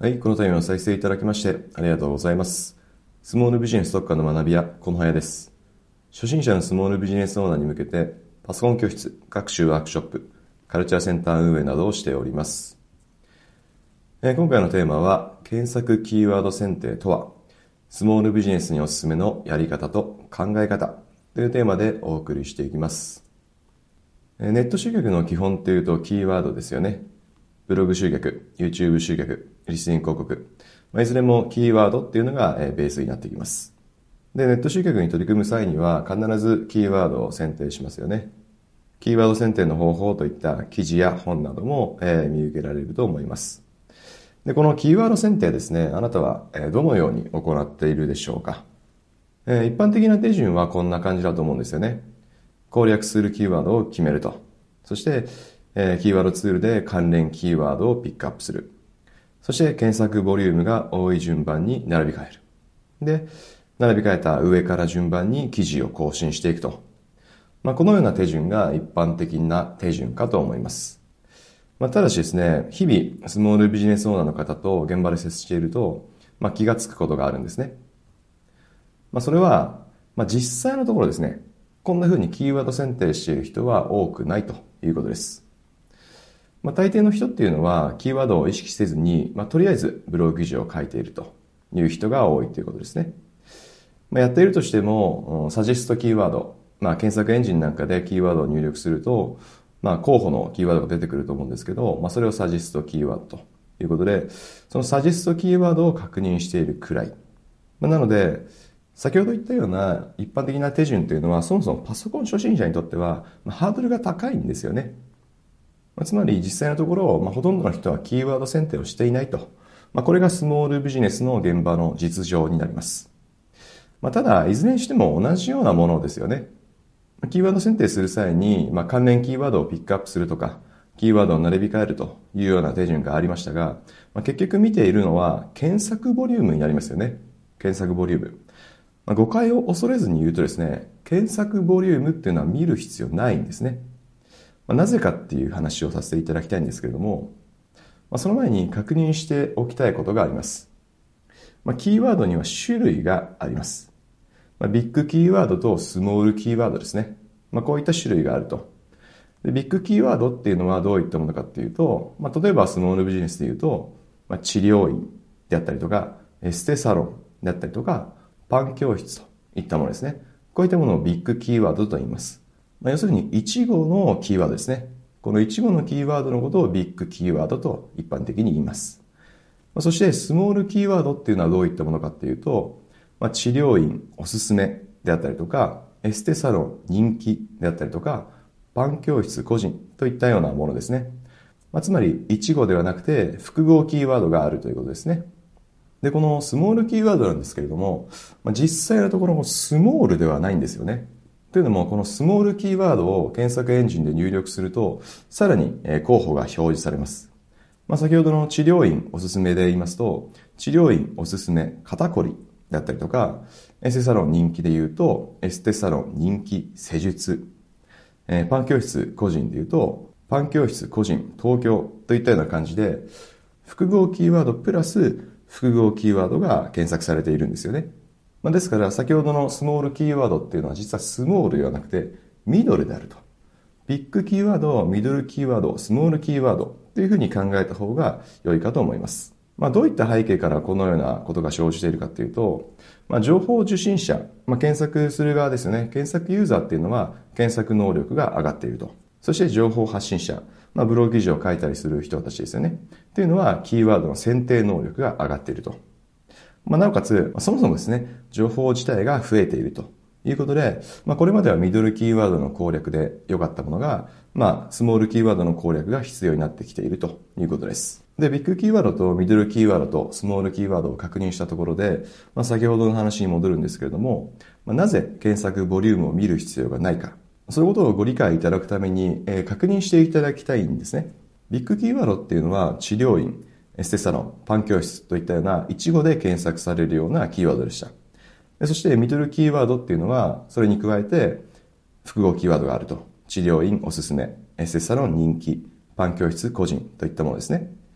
はい、このタイムを再生いただきましてありがとうございます。スモールビジネス特化の学び屋、このはやです。初心者のスモールビジネスオーナーに向けて、パソコン教室、学習ワークショップ、カルチャーセンター運営などをしております。今回のテーマは、検索キーワード選定とは、スモールビジネスにおすすめのやり方と考え方というテーマでお送りしていきます。ネット集客の基本というとキーワードですよね。ブログ集客、YouTube 集客、リスニング広告、いずれもキーワードっていうのがベースになってきます。で、ネット集客に取り組む際には必ずキーワードを選定しますよね。キーワード選定の方法といった記事や本なども見受けられると思います。で、このキーワード選定ですね、あなたはどのように行っているでしょうか。一般的な手順はこんな感じだと思うんですよね。攻略するキーワードを決めると。そして、キーワードツールで関連キーワードをピックアップする。そして検索ボリュームが多い順番に並び替える。で、並び替えた上から順番に記事を更新していくと。このような手順が一般的な手順かと思います。ただしですね、日々スモールビジネスオーナーの方と現場で接していると、気がつくことがあるんですね。それは、実際のところですね、こんな風にキーワード選定している人は多くないということです。大抵の人っていうのはキーワードを意識せずに、とりあえずブログ記事を書いているという人が多いということですね。やっているとしても、サジェストキーワード、検索エンジンなんかでキーワードを入力すると、候補のキーワードが出てくると思うんですけど、それをサジェストキーワードということで、そのサジェストキーワードを確認しているくらい。なので、先ほど言ったような一般的な手順というのは、そもそもパソコン初心者にとっては、ハードルが高いんですよね。つまり実際のところ、ほとんどの人はキーワード選定をしていないと。これがスモールビジネスの現場の実情になります。ただ、いずれにしても同じようなものですよね。キーワード選定する際に、関連キーワードをピックアップするとか、キーワードを並び替えるというような手順がありましたが、結局見ているのは検索ボリュームになりますよね。検索ボリューム。誤解を恐れずに言うとですね、検索ボリュームっていうのは見る必要ないんですね。なぜかっていう話をさせていただきたいんですけれども、その前に確認しておきたいことがあります。キーワードには種類があります。ビッグキーワードとスモールキーワードですね。こういった種類があると。でビッグキーワードっていうのはどういったものかっていうと、例えばスモールビジネスでいうと、治療院であったりとか、エステサロンであったりとか、パン教室といったものですね。こういったものをビッグキーワードと言います。要するに1語のキーワードですね。この1語のキーワードのことをビッグキーワードと一般的に言います。そしてスモールキーワードっていうのはどういったものかっていうと、治療院おすすめであったりとか、エステサロン人気であったりとか、パン教室個人といったようなものですね。つまり1語ではなくて複合キーワードがあるということですね。で、このスモールキーワードなんですけれども、実際のところもスモールではないんですよね。というのも、このスモールキーワードを検索エンジンで入力すると、さらに候補が表示されます。先ほどの治療院おすすめで言いますと、治療院おすすめ肩こりであったりとか、エステサロン人気で言うと、エステサロン人気施術、パン教室個人で言うと、パン教室個人東京といったような感じで、複合キーワードプラス複合キーワードが検索されているんですよね。ですから先ほどのスモールキーワードっていうのは実はスモールではなくてミドルであると。ビッグキーワード、ミドルキーワード、スモールキーワードというふうに考えた方が良いかと思います。どういった背景からこのようなことが生じているかというと、情報受信者、検索する側ですよね。検索ユーザーっていうのは検索能力が上がっていると。そして情報発信者、ブログ記事を書いたりする人たちですよね。っていうのはキーワードの選定能力が上がっていると。なおかつ、そもそもですね、情報自体が増えているということで、これまではミドルキーワードの攻略で良かったものが、スモールキーワードの攻略が必要になってきているということです。で、ビッグキーワードとミドルキーワードとスモールキーワードを確認したところで、先ほどの話に戻るんですけれども、なぜ検索ボリュームを見る必要がないか、そういうことをご理解いただくために、確認していただきたいんですね。ビッグキーワードっていうのは治療院、エステサロン、パン教室といったような一語で検索されるようなキーワードでした。そしてミドルキーワードっていうのはそれに加えて複合キーワードがあると。治療院おすすめ、エステサロン人気、パン教室個人といったものですね。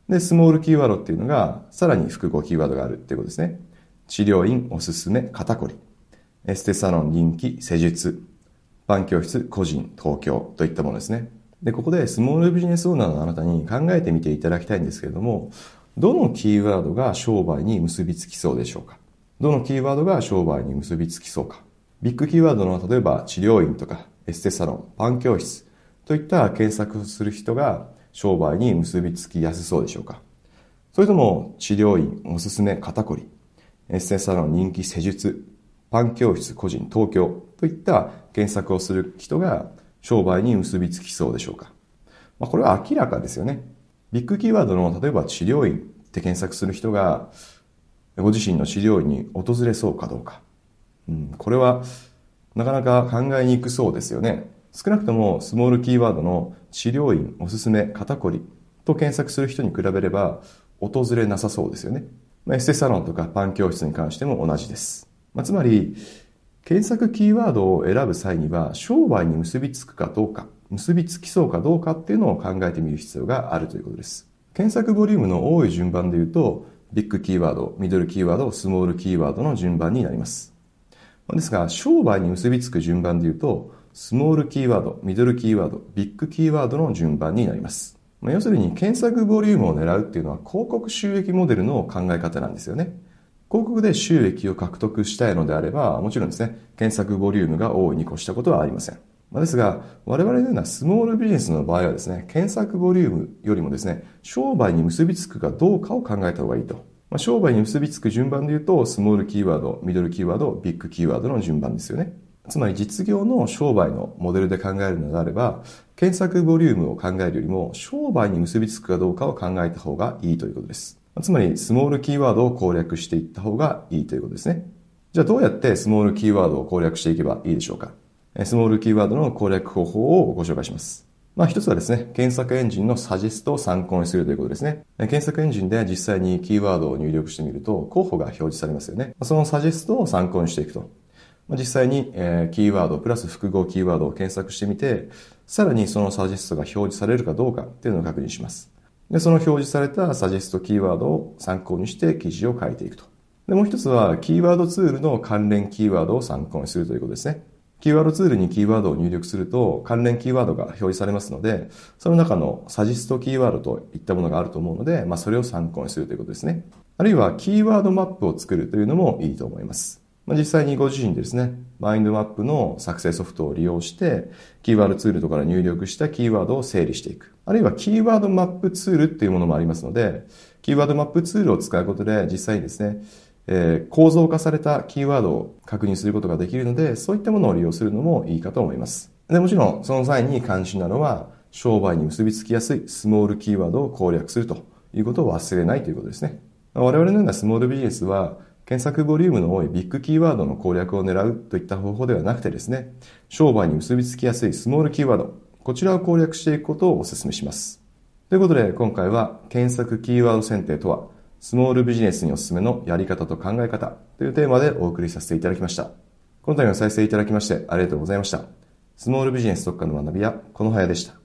で、スモールキーワードっていうのが、さらに複合キーワードがあるっていうことですね。治療院、おすすめ、肩こり。エステサロン、人気、施術。パン教室、個人、東京といったものですね。で、ここでスモールビジネスオーナーのあなたに考えてみていただきたいんですけれども、どのキーワードが商売に結びつきそうでしょうか？どのキーワードが商売に結びつきそうか？ビッグキーワードの例えば治療院とかエステサロン、パン教室といった検索をする人が商売に結びつきやすそうでしょうか？それとも治療院、おすすめ、肩こり、エステサロン、人気、施術、パン教室、個人、東京といった検索をする人が商売に結びつきそうでしょうか？これは明らかですよね。ビッグキーワードの例えば治療院って検索する人がご自身の治療院に訪れそうかどうか。これはなかなか考えにくそうですよね。少なくともスモールキーワードの治療院、おすすめ、肩こりと検索する人に比べれば訪れなさそうですよね。エステサロンとかパン教室に関しても同じです。つまり、検索キーワードを選ぶ際には商売に結びつくかどうか、結びつきそうかどうかっていうのを考えてみる必要があるということです。検索ボリュームの多い順番で言うと、ビッグキーワード、ミドルキーワード、スモールキーワードの順番になります。ですが、商売に結びつく順番で言うと、スモールキーワード、ミドルキーワード、ビッグキーワードの順番になります。要するに検索ボリュームを狙うっていうのは広告収益モデルの考え方なんですよね。広告で収益を獲得したいのであれば、もちろんですね、検索ボリュームが多いに越したことはありません。ですが、我々のようなスモールビジネスの場合はですね、検索ボリュームよりもですね、商売に結びつくかどうかを考えた方がいいと。商売に結びつく順番で言うと、スモールキーワード、ミドルキーワード、ビッグキーワードの順番ですよね。つまり実業の商売のモデルで考えるのであれば、検索ボリュームを考えるよりも、商売に結びつくかどうかを考えた方がいいということです。つまり、スモールキーワードを攻略していった方がいいということですね。じゃあどうやってスモールキーワードを攻略していけばいいでしょうか？スモールキーワードの攻略方法をご紹介します。一つはですね、検索エンジンのサジェストを参考にするということですね。検索エンジンで実際にキーワードを入力してみると、候補が表示されますよね。そのサジェストを参考にしていくと。実際にキーワードプラス複合キーワードを検索してみて、さらにそのサジェストが表示されるかどうかっていうのを確認します。で、その表示されたサジェストキーワードを参考にして記事を書いていくと。で、もう一つはキーワードツールの関連キーワードを参考にするということですね。キーワードツールにキーワードを入力すると関連キーワードが表示されますので、その中のサジェストキーワードといったものがあると思うので、それを参考にするということですね。あるいはキーワードマップを作るというのもいいと思います。実際にご自身でですね、マインドマップの作成ソフトを利用して、キーワードツールとかから入力したキーワードを整理していく。あるいはキーワードマップツールっていうものもありますので、キーワードマップツールを使うことで実際にですね、構造化されたキーワードを確認することができるので、そういったものを利用するのもいいかと思います。で、もちろんその際に関心なのは、商売に結びつきやすいスモールキーワードを攻略するということを忘れないということですね。我々のようなスモールビジネスは、検索ボリュームの多いビッグキーワードの攻略を狙うといった方法ではなくてですね、商売に結びつきやすいスモールキーワード、こちらを攻略していくことをお勧めします。ということで、今回は検索キーワード選定とは、スモールビジネスにおすすめのやり方と考え方というテーマでお送りさせていただきました。この度は再生いただきましてありがとうございました。スモールビジネス特化の学び屋、このはやでした。